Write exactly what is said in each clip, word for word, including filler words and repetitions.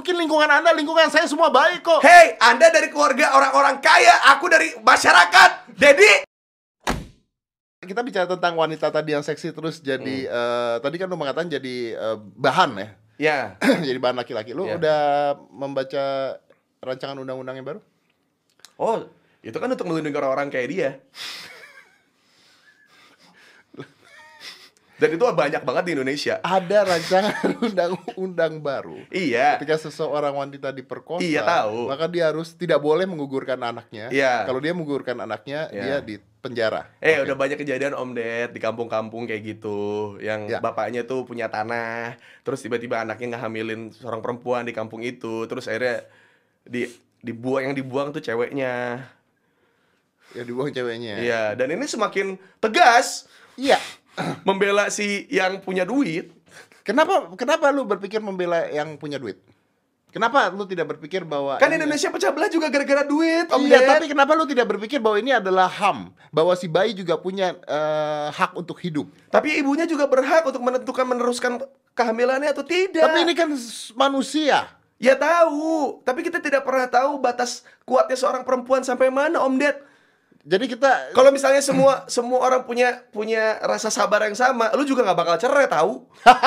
mungkin lingkungan Anda, lingkungan saya semua baik kok. Hei, Anda dari keluarga orang-orang kaya, aku dari masyarakat. Dedi. Kita bicara tentang wanita tadi yang seksi terus jadi hmm. uh, tadi kan lu mengatakan jadi uh, bahan ya. Ya. Jadi bahan laki-laki. Lu ya. udah membaca rancangan undang-undang yang baru? Oh, itu kan untuk melindungi orang-orang kayak dia. Dan itu banyak banget di Indonesia. Ada rancangan undang-undang baru. Iya. Ketika seseorang wanita diperkosa, iya, tahu. maka dia harus tidak boleh menggugurkan anaknya. Iya. Kalau dia menggugurkan anaknya, iya. dia di penjara. Eh, okay. udah banyak kejadian Om Ded di kampung-kampung kayak gitu, yang ya. bapaknya tuh punya tanah, terus tiba-tiba anaknya ngehamilin seorang perempuan di kampung itu, terus akhirnya di dibuang yang dibuang tuh ceweknya. Ya dibuang ceweknya. Iya, dan ini semakin tegas. Iya. Membela si yang punya duit. Kenapa kenapa lu berpikir membela yang punya duit? Kenapa lu tidak berpikir bahwa kan Indonesia pecah belah juga gara-gara duit, Om Iya, Ded. tapi kenapa lu tidak berpikir bahwa ini adalah H A M, bahwa si bayi juga punya uh, hak untuk hidup? Tapi ibunya juga berhak untuk menentukan meneruskan kehamilannya atau tidak. Tapi ini kan manusia. Ya tahu, tapi kita tidak pernah tahu batas kuatnya seorang perempuan sampai mana, Om Ded. Jadi kita kalau misalnya semua semua orang punya punya rasa sabar yang sama, lu juga nggak bakal cerai tahu.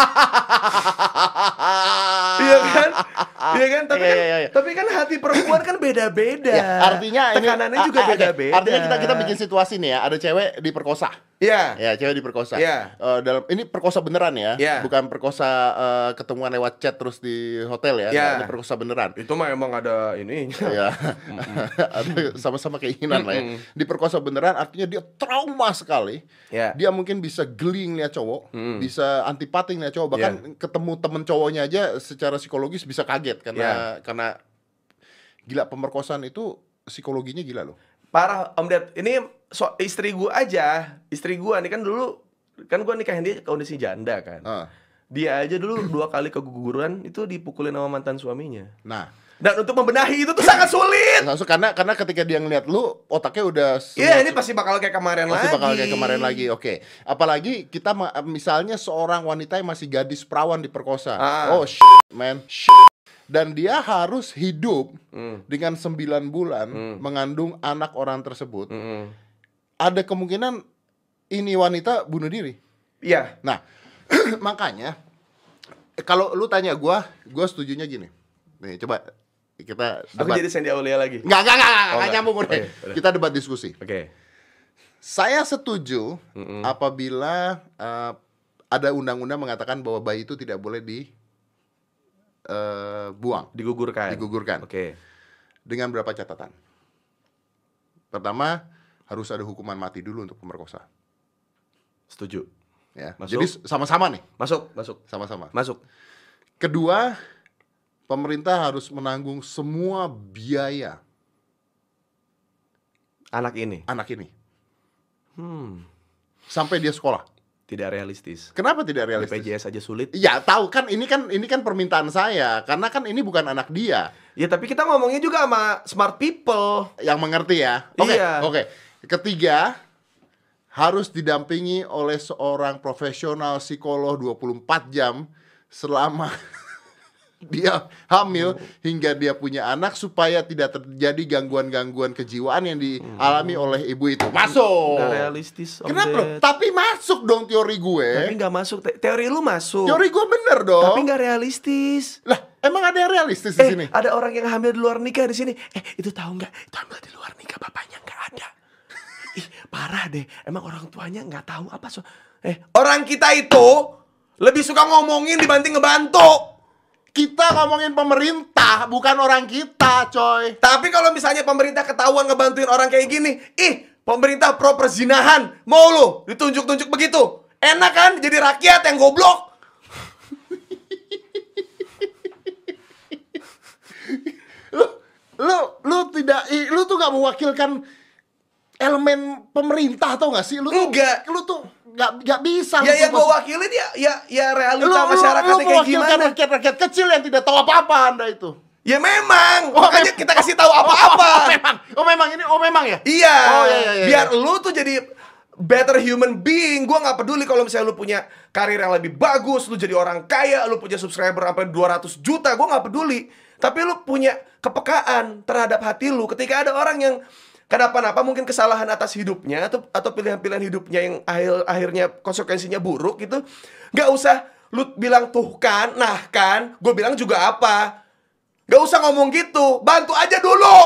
Iya kan? Iya kan? Tapi kan, iya, iya, iya. tapi kan hati perempuan kan beda-beda. Ya, artinya tekanannya ini, juga ah, beda-beda. Okay. Artinya kita kita bikin situasi nih ya, ada cewek diperkosa. Iya. Ya, cewek diperkosa. Iya. Uh, dalam ini perkosa beneran ya, ya. bukan perkosa uh, ketemuan lewat chat terus di hotel ya. ya. Nah, ini perkosa beneran. Itu mah emang ada ini. Ya. Ada sama-sama keinginan lah ya. Diperkosa beneran artinya dia trauma sekali. Ya. Dia mungkin bisa geli ngeliat cowok, mm. bisa antipati ngeliat cowok, bahkan ya. ketemu temen cowoknya aja secara psikologis bisa kaget karena ya. karena gila, pemerkosaan itu psikologinya gila loh. Parah Om Ded, ini so, istri gua aja, istri gua nih kan dulu, kan gua nikahin dia kondisi janda kan. Uh. Dia aja dulu dua kali keguguran itu dipukulin sama mantan suaminya. Nah, dan untuk membenahi itu tuh sangat sulit. Langsung karena karena ketika dia ngeliat lu, otaknya udah iya, ini pasti bakal kayak kemarin pasti lagi. Pasti bakal kayak kemarin lagi. Oke. Okay. Apalagi kita misalnya seorang wanita yang masih gadis perawan diperkosa. Ah. Oh shit, man. Shit. Dan dia harus hidup mm. dengan sembilan bulan mm. mengandung anak orang tersebut. Mm. Ada kemungkinan ini wanita bunuh diri. Iya. Nah, makanya kalau lu tanya gua, gua setujunya gini. Nih, coba kita debat. Aku jadi Sandy Aulia lagi. Enggak, enggak, enggak, enggak, oh, nyambung udah. Okay, kita debat diskusi. Oke. Okay. Saya setuju mm-mm. apabila uh, ada undang-undang mengatakan bahwa bayi itu tidak boleh di Uh, buang, digugurkan. Digugurkan. Oke. Okay. Dengan berapa catatan? Pertama, harus ada hukuman mati dulu untuk pemerkosa. Setuju. Ya. Masuk. Jadi sama-sama nih. Masuk, masuk. Sama-sama. Masuk. Kedua, pemerintah harus menanggung semua biaya anak ini. Anak ini. Hmm. Sampai dia sekolah. Tidak realistis. Kenapa tidak realistis? B P J S aja sulit. Ya tahu kan ini kan ini kan permintaan saya karena kan ini bukan anak dia. Ya tapi kita ngomongnya juga sama smart people yang mengerti ya. Oke. Okay, iya. Oke. Okay. Ketiga, harus didampingi oleh seorang profesional psikolog dua puluh empat jam selama dia hamil hmm. hingga dia punya anak supaya tidak terjadi gangguan-gangguan kejiwaan yang dialami hmm. oleh ibu itu. Masuk. Nggak realistis. Kenapa? Tapi masuk dong teori gue. Tapi nggak masuk. Te- teori lu masuk. Teori gue bener dong. Tapi nggak realistis. Lah, emang ada yang realistis eh, di sini? Ada orang yang hamil di luar nikah di sini. Eh, itu tahu nggak? Itu hamil di luar nikah bapaknya nggak ada. Ih, parah deh. Emang orang tuanya nggak tahu apa so. Eh, orang kita itu lebih suka ngomongin dibanding ngebantu. Kita ngomongin pemerintah, bukan orang kita, coy. Tapi kalau misalnya pemerintah ketahuan ngebantuin orang kayak gini, ih, pemerintah pro perzinahan, mau lu ditunjuk-tunjuk begitu. Enak kan jadi rakyat yang goblok. lu, lu, lu tidak, lu tuh gak mewakilkan elemen pemerintah, tau gak sih? Lu tuh, enggak. Lu tuh Gak, gak bisa. Ya yang gue wakilin ya, ya, ya realita lu, masyarakatnya lu, lu kayak gimana. rakyat-rakyat kecil yang tidak tahu apa-apa Anda itu. Ya memang, oh, makanya memang. kita kasih tahu apa-apa. Oh, oh, oh, memang, oh memang ini, oh memang ya. Iya. Oh, iya, iya, iya. Biar lu tuh jadi better human being. Gue nggak peduli kalau misalnya lu punya karir yang lebih bagus, lu jadi orang kaya, lu punya subscriber sampai dua ratus juta, gue nggak peduli. Tapi lu punya kepekaan terhadap hati lu. Ketika ada orang yang kenapa-napa, mungkin kesalahan atas hidupnya atau atau pilihan-pilihan hidupnya yang akhir akhirnya konsekuensinya buruk gitu, nggak usah lu bilang tuh kan, nah kan, gue bilang juga apa. Nggak usah ngomong gitu, bantu aja dulu.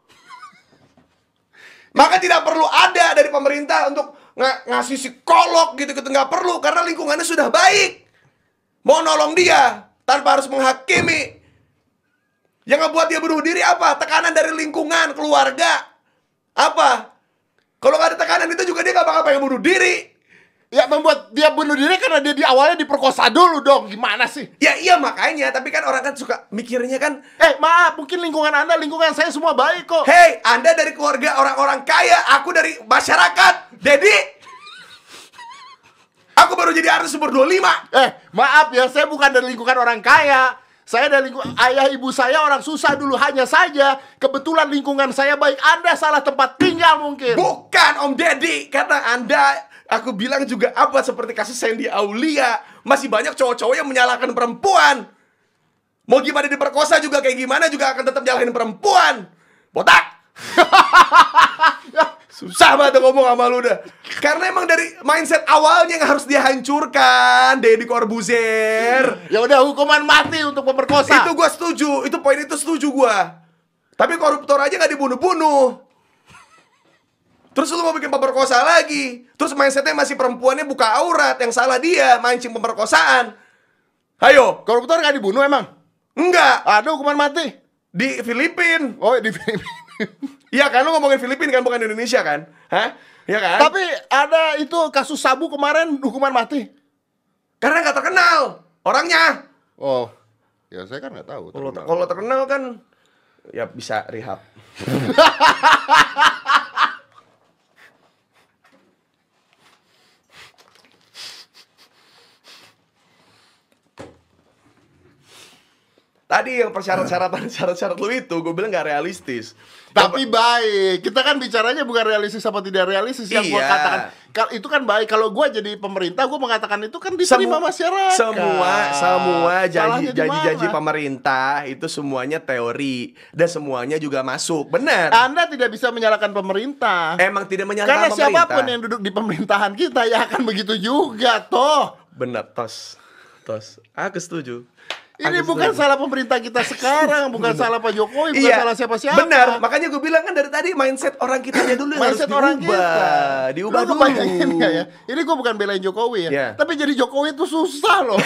Maka tidak perlu ada dari pemerintah untuk ng ngasih psikolog gitu-gitu, nggak perlu, karena lingkungannya sudah baik. Mau nolong dia tanpa harus menghakimi. Yang ngebuat dia bunuh diri apa? Tekanan dari lingkungan, keluarga. Apa? Kalau nggak ada tekanan itu juga dia nggak bakal pengen bunuh diri. Ya membuat dia bunuh diri karena dia di awalnya diperkosa dulu dong. Gimana sih? Ya iya makanya, tapi kan orang kan suka mikirnya kan, Eh maaf, mungkin lingkungan Anda, lingkungan saya semua baik kok. hei, Anda dari keluarga orang-orang kaya, aku dari masyarakat. Dedi, aku baru jadi artis umur dua puluh lima. Eh maaf ya, saya bukan dari lingkungan orang kaya. Saya dari lingkungan, ayah ibu saya orang susah dulu. Hanya saja kebetulan lingkungan saya baik. Anda salah tempat tinggal mungkin. Bukan Om Deddy, karena Anda, aku bilang juga apa, seperti kasus Sandy Aulia. Masih banyak cowok-cowok yang menyalahkan perempuan. Mau gimana diperkosa juga kayak gimana juga akan tetap nyalahin perempuan. Botak. Susah banget ngomong sama lu dah. Karena emang dari mindset awalnya yang harus dihancurkan, Deddy Corbuzier. Ya udah, hukuman mati untuk pemerkosa. Itu gua setuju, itu poin itu setuju gua. Tapi koruptor aja gak dibunuh-bunuh. Terus lu mau bikin pemerkosa lagi. Terus mindsetnya masih perempuannya buka aurat. Yang salah dia, mancing pemerkosaan. Ayo. Koruptor gak dibunuh emang? Enggak. Ada hukuman mati Di Filipina. Oh di Filipina. Iya kan, lu ngomongin Filipina kan, bukan Indonesia kan? Hah? Iya kan? Tapi ada itu kasus sabu kemarin hukuman mati. Karena gak terkenal orangnya. Oh, ya saya kan nggak tahu. Kalau terkenal. kalau terkenal kan ya bisa rehab. Tadi yang persyarat-syaratan syarat-syarat lu itu gue bilang gak realistis. Tapi baik. Kita kan bicaranya bukan realistis apa tidak realistis. Yang Iya. gue katakan kal- itu kan baik. Kalau gue jadi pemerintah, gue mengatakan itu kan diterima Semu- masyarakat. Semua semua Salahnya janji di janji-janji mana? pemerintah itu semuanya teori dan semuanya juga masuk. Benar. Anda tidak bisa menyalahkan pemerintah. Emang tidak menyalahkan Karena pemerintah. siapapun yang duduk di pemerintahan kita ya akan begitu juga toh. Benar, tos. Tos. Aku setuju. Ini Aku bukan setuju. salah pemerintah kita sekarang, bukan salah Pak Jokowi, bukan Iya, salah siapa-siapa. benar. Makanya gue bilang kan dari tadi mindset orang kitanya dulu yang Mindset harus orang diubah. kita. Diubah Lu dulu. kebayangin nggak ya? Ini gue bukan belain Jokowi ya. Iya. Tapi jadi Jokowi itu susah loh.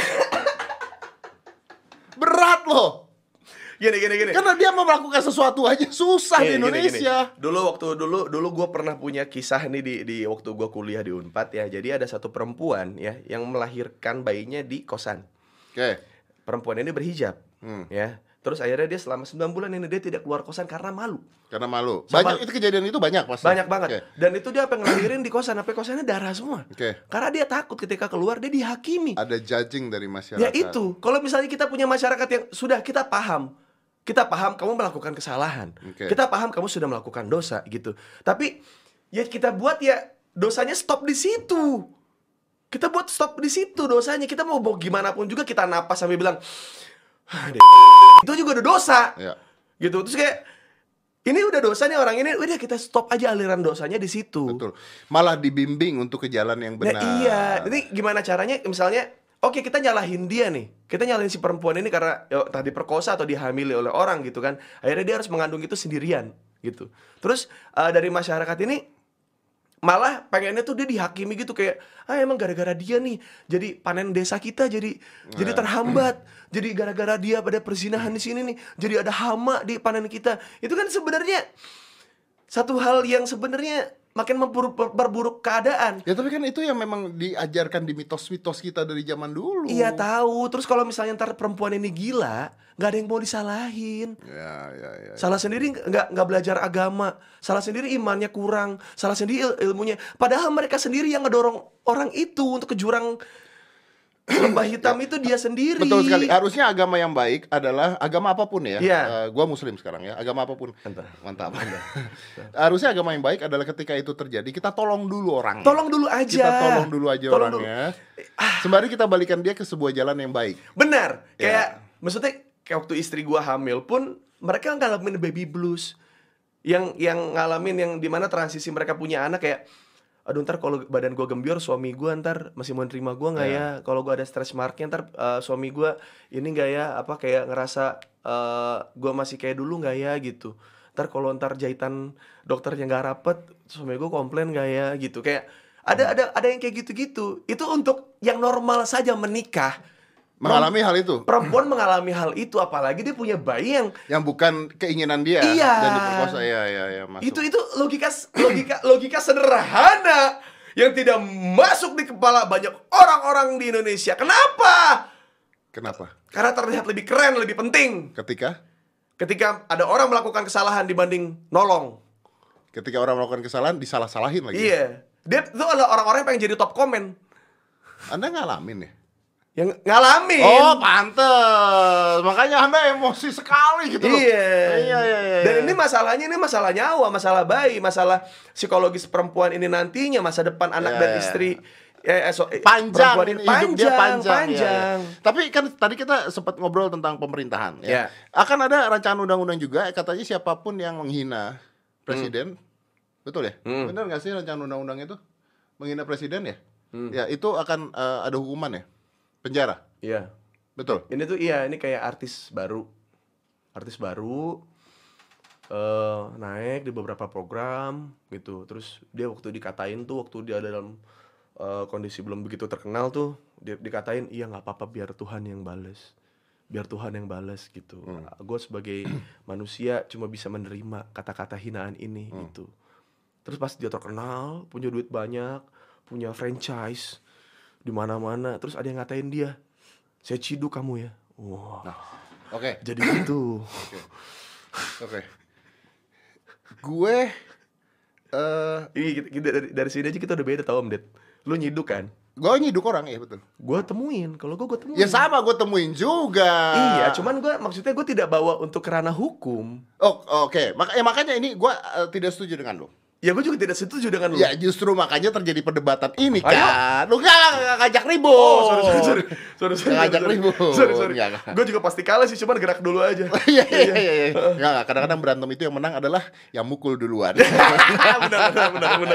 Berat loh. Gini gini gini. Karena dia mau melakukan sesuatu aja susah di Gini, gini, Indonesia. gini. Dulu waktu dulu dulu gue pernah punya kisah nih di di waktu gue kuliah di Unpad ya. Jadi ada satu perempuan ya yang melahirkan bayinya di kosan. Oke. Perempuan ini berhijab, Hmm. ya. Terus akhirnya dia selama sembilan bulan ini dia tidak keluar kosan karena malu. Karena malu. Sama- Banyak itu kejadian itu banyak pasti. Banyak banget. Oke. Dan itu dia apa yang ngelahirin di kosan, apa kosannya darah semua. Oke. Karena dia takut ketika keluar dia dihakimi. Ada judging dari masyarakat. Ya itu, kalau misalnya kita punya masyarakat yang sudah kita paham, kita paham kamu melakukan kesalahan, Oke. kita paham kamu sudah melakukan dosa gitu. Tapi ya kita buat ya dosanya stop di situ. Kita buat stop di situ dosanya. Kita mau bawa gimana pun juga kita napas sambil bilang, "Ah, deh, itu juga udah dosa." Ya. Gitu. Terus kayak ini udah dosanya orang ini, udah kita stop aja aliran dosanya di situ. Betul. Malah dibimbing untuk ke jalan yang benar. Nah iya, ini gimana caranya misalnya, oke kita nyalahin dia nih, kita nyalahin si perempuan ini karena ya, tadi perkosa atau dihamili oleh orang gitu kan. Akhirnya dia harus mengandung itu sendirian gitu. Terus uh, dari masyarakat ini malah pengennya tuh dia dihakimi gitu kayak, ah emang gara-gara dia nih jadi panen desa kita jadi jadi terhambat, jadi gara-gara dia pada perzinahan di sini nih jadi ada hama di panen kita. Itu kan sebenarnya satu hal yang sebenarnya makin memperburuk memperburuk keadaan. Ya tapi kan itu yang memang diajarkan di mitos-mitos kita dari zaman dulu. Iya tahu. Terus kalau misalnya ntar perempuan ini gila, nggak ada yang mau disalahin. Ya, ya, ya. Salah sendiri nggak nggak belajar agama, salah sendiri imannya kurang, salah sendiri il- ilmunya. Padahal mereka sendiri yang ngedorong orang itu untuk ke jurang lembah hitam itu dia sendiri. Betul sekali. Harusnya agama yang baik adalah agama apapun ya. Iya. Uh, gua muslim sekarang ya. Agama apapun. Mantap. Mantap. Harusnya agama yang baik adalah ketika itu terjadi kita tolong dulu orang. Tolong dulu aja. Kita tolong dulu aja Tolong orangnya. Sembari kita balikan dia ke sebuah jalan yang baik. Benar. Ya. Kayak maksudnya kayak waktu istri gua hamil pun mereka ngalamin baby blues. Yang yang ngalamin yang dimana transisi mereka punya anak kayak, aduh ntar kalau badan gue gembior suami gue ntar masih mau nerima gue nggak ya? Kalau gue ada stretch marknya ntar uh, suami gue ini nggak ya? Apa kayak ngerasa uh, gue masih kayak dulu nggak ya gitu? Ntar kalau ntar jahitan dokternya nggak rapet, suami gue komplain nggak ya gitu? Kayak ada ada ada yang kayak gitu-gitu. Itu untuk yang normal saja menikah. Mengalami hal itu. Perempuan mengalami hal itu, apalagi dia punya bayi yang yang bukan keinginan dia iya. dan diperkosa. Ya, ya, ya, masuk. Itu itu logika logika logika sederhana yang tidak masuk di kepala banyak orang-orang di Indonesia. Kenapa? Kenapa? Karena terlihat lebih keren, lebih penting. Ketika Ketika ada orang melakukan kesalahan dibanding nolong. ketika orang melakukan kesalahan disalah-salahin lagi. Iya. Dia itu adalah orang-orang yang pengen jadi top komen. Anda ngalamin ya? Yang ngalamin. Oh, pantes. Makanya Anda emosi sekali gitu loh. Iya. Iya, iya, iya. Dan ini masalahnya ini masalah nyawa, masalah bayi, masalah psikologis perempuan ini nantinya, masa depan anak Iya, dan iya. istri. Eh, so, Panjang perempuan ini hidup panjang, dia panjang, panjang. iya, iya. Tapi kan tadi kita sempat ngobrol tentang pemerintahan ya. Iya. Akan ada rancangan undang-undang juga katanya siapapun yang menghina presiden, betul ya? Hmm. Benar nggak sih rancangan undang-undang itu menghina presiden ya? Hmm. Ya itu akan uh, ada hukuman ya, penjara. Iya. Betul. Ini tuh iya, ini kayak artis baru. Artis baru eh naik di beberapa program gitu. Terus dia waktu dikatain tuh waktu dia dalam eh, kondisi belum begitu terkenal tuh, dia dikatain, "Iya nggak apa-apa biar Tuhan yang bales." Biar Tuhan yang bales gitu. Hmm. Gue sebagai manusia cuma bisa menerima kata-kata hinaan ini Hmm. gitu. Terus pas dia terkenal, punya duit banyak, punya franchise di mana-mana, terus ada yang ngatain dia, "Saya ciduk kamu ya." Wah. Nah, oke. Jadi gitu. Oke. Oke. Gue eh Ini kita, kita- dari, dari sini aja kita udah beda tau Om Ded. Lu nyiduk kan? gue nyiduk orang ya betul. Gue temuin, kalau gue gue temuin. Ya sama gue temuin juga. Iya, cuman gue maksudnya gue tidak bawa untuk ranah hukum. Oh, oke. Mak ya, makanya ini gue uh, tidak setuju dengan lo. Ya gue juga tidak setuju dengan lu. Ya justru makanya terjadi perdebatan ini Ayo. kan. Lu nggak nggak ngajak ribut. Oh, sorry, sorry, sorry, sorry, sorry, Ngajak sorry, ribut. sorry, sorry. Enggak, enggak. Gue juga pasti kalah sih, cuman gerak dulu aja. Iya iya iya iya. Nggak, nggak. Kadang-kadang berantem itu yang menang adalah yang mukul duluan. benar, benar, benar, benar.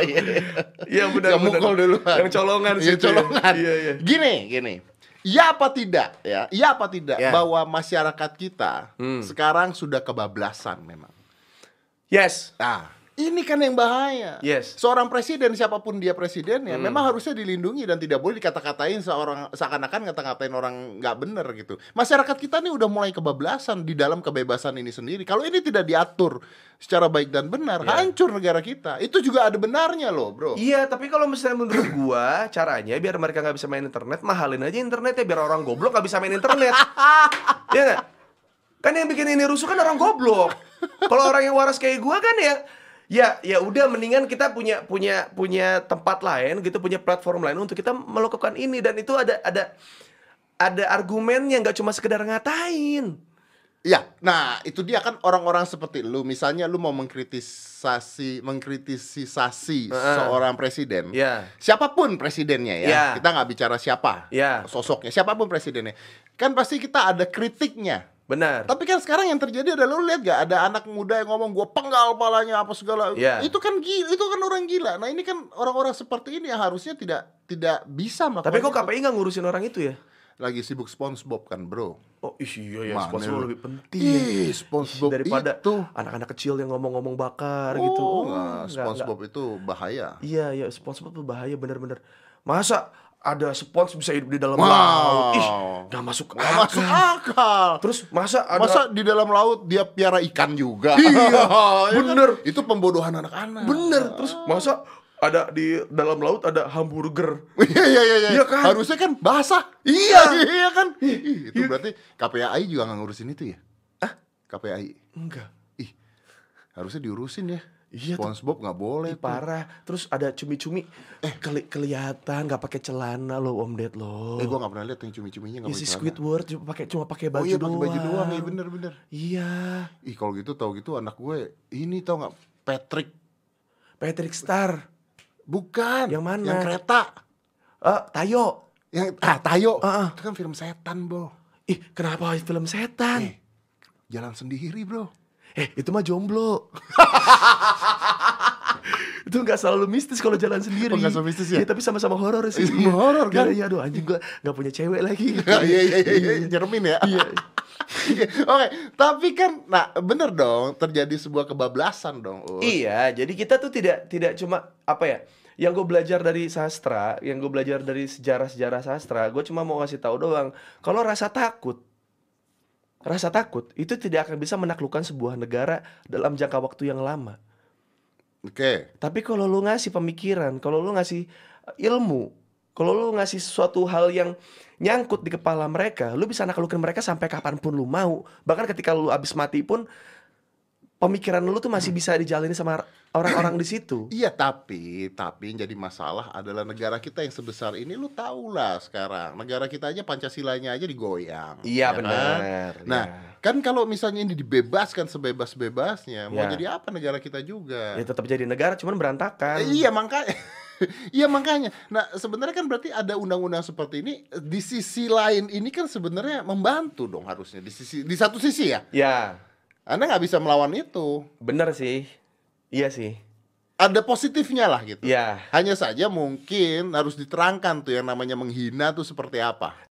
Iya benar, Yang benar. mukul duluan. Yang colongan sih. Yang colongan. Iya, iya. Gini, gini. Ya apa tidak ya? Ya apa tidak Ya. bahwa masyarakat kita Hmm. sekarang sudah kebablasan memang. Yes. Nah, ini kan yang bahaya. Yes. Seorang presiden, siapapun dia presidennya, Hmm. memang harusnya dilindungi dan tidak boleh dikata-katain seorang seakan-akan ngata-ngatain orang nggak bener gitu. Masyarakat kita nih udah mulai kebablasan di dalam kebebasan ini sendiri. Kalau ini tidak diatur secara baik dan benar, Yeah. hancur negara kita. Itu juga ada benarnya loh, bro. Iya, tapi kalau misalnya menurut gua caranya biar mereka nggak bisa main internet, mahalin aja internetnya biar orang goblok nggak bisa main internet. Iya nggak? Kan yang bikin ini rusuh kan orang goblok. Kalau orang yang waras kayak gua kan ya, ya ya udah mendingan kita punya punya punya tempat lain gitu, punya platform lain untuk kita melakukan ini, dan itu ada ada ada argumennya, nggak cuma sekedar ngatain. Ya, nah itu dia kan orang-orang seperti lu, misalnya lu mau mengkritisasi, mengkritisasi Heeh. seorang presiden, Ya. siapapun presidennya ya, Ya. kita nggak bicara siapa, Ya. sosoknya, siapapun presidennya, kan pasti kita ada kritiknya. Benar. Tapi kan sekarang yang terjadi adalah lu lihat gak ada anak muda yang ngomong gua penggal palanya apa segala, Ya. itu kan gila, itu kan orang gila. Nah ini kan orang-orang seperti ini yang harusnya tidak tidak bisa melakukan. Tapi kok itu. K P I nggak ngurusin orang itu ya? Lagi sibuk SpongeBob kan bro. Oh iya ya, Mana sponsor lu? lebih penting. Ih, SpongeBob daripada itu. anak-anak kecil yang ngomong-ngomong bakar Oh, gitu. enggak, enggak, SpongeBob enggak. itu bahaya. Iya, iya, SpongeBob tuh bahaya bener-bener. Masa ada spons bisa hidup di dalam Wow. laut? Ih, nggak masuk Nggak akal. masuk akal. Terus masa ada Masa di dalam laut dia piara ikan juga? Iya, Ya kan? bener. Itu pembodohan anak-anak. bener. Terus masa ada di dalam laut ada hamburger? Iya iya iya. Iya kan? Harusnya kan basah. Iya. Iya kan? Ih, itu berarti K P A I juga nggak ngurusin itu ya? Ah, K P A I. Enggak. Ih, harusnya diurusin ya. Iya tuh. SpongeBob nggak boleh Ih, tuh. parah. Terus ada cumi-cumi eh keli kelihatan nggak pakai celana lo Om Ded lo. Eh, gua nggak pernah lihat yang cumi-cuminya nggak Ya, pakai si celana. Squidward cuma pakai cuma pakai baju Oh iya, pakai doang. baju doang, iya bener-bener. Iya. Ih, kalau gitu tahu gitu anak gue ini tau nggak, Patrick. Patrick Star. Bukan. Yang mana? Yang kereta. Eh, Tayo. Yang ah Tayo. Uh-uh. Itu kan film setan, bro. Ih, kenapa film setan? Eh, jalan sendiri, bro. Eh, itu mah jomblo. Itu nggak selalu mistis kalau jalan sendiri. Oh, nggak selalu mistis ya? Iya, tapi sama-sama horor sih. Sama horor kan? Iya, aduh anjing gua nggak punya cewek lagi. Iya iya iya, iya. Nyeremin ya. Iya. Oke, tapi kan, nah bener dong, terjadi sebuah kebablasan dong. Us. Iya, jadi kita tuh tidak tidak cuma apa ya? Yang gue belajar dari sastra, yang gue belajar dari sejarah-sejarah sastra, gue cuma mau ngasih tahu doang. Kalau rasa takut, rasa takut itu tidak akan bisa menaklukkan sebuah negara dalam jangka waktu yang lama. Oke. Okay. Tapi kalau lu ngasih pemikiran, kalau lu ngasih ilmu, kalau lu ngasih sesuatu hal yang nyangkut di kepala mereka, lu bisa naklukin mereka sampai kapanpun lu mau. Bahkan ketika lu abis mati pun, pemikiran lu tuh masih bisa dijalani sama orang-orang di situ. Iya, tapi tapi yang jadi masalah adalah negara kita yang sebesar ini, lu tau lah sekarang. Negara kita aja Pancasilanya aja digoyang. Iya, ya benar. Kan? Nah, ya. kan kalau misalnya ini dibebaskan sebebas-bebasnya, mau Ya. jadi apa negara kita juga? Ya tetap jadi negara, cuman berantakan. Eh, iya makanya. Iya makanya. Nah, sebenarnya kan berarti ada undang-undang seperti ini di sisi lain ini kan sebenarnya membantu dong harusnya di sisi di satu sisi ya. Ya, Anda nggak bisa melawan itu. bener sih. Iya sih. Ada positifnya lah gitu. Ya. Hanya saja mungkin harus diterangkan tuh yang namanya menghina tuh seperti apa.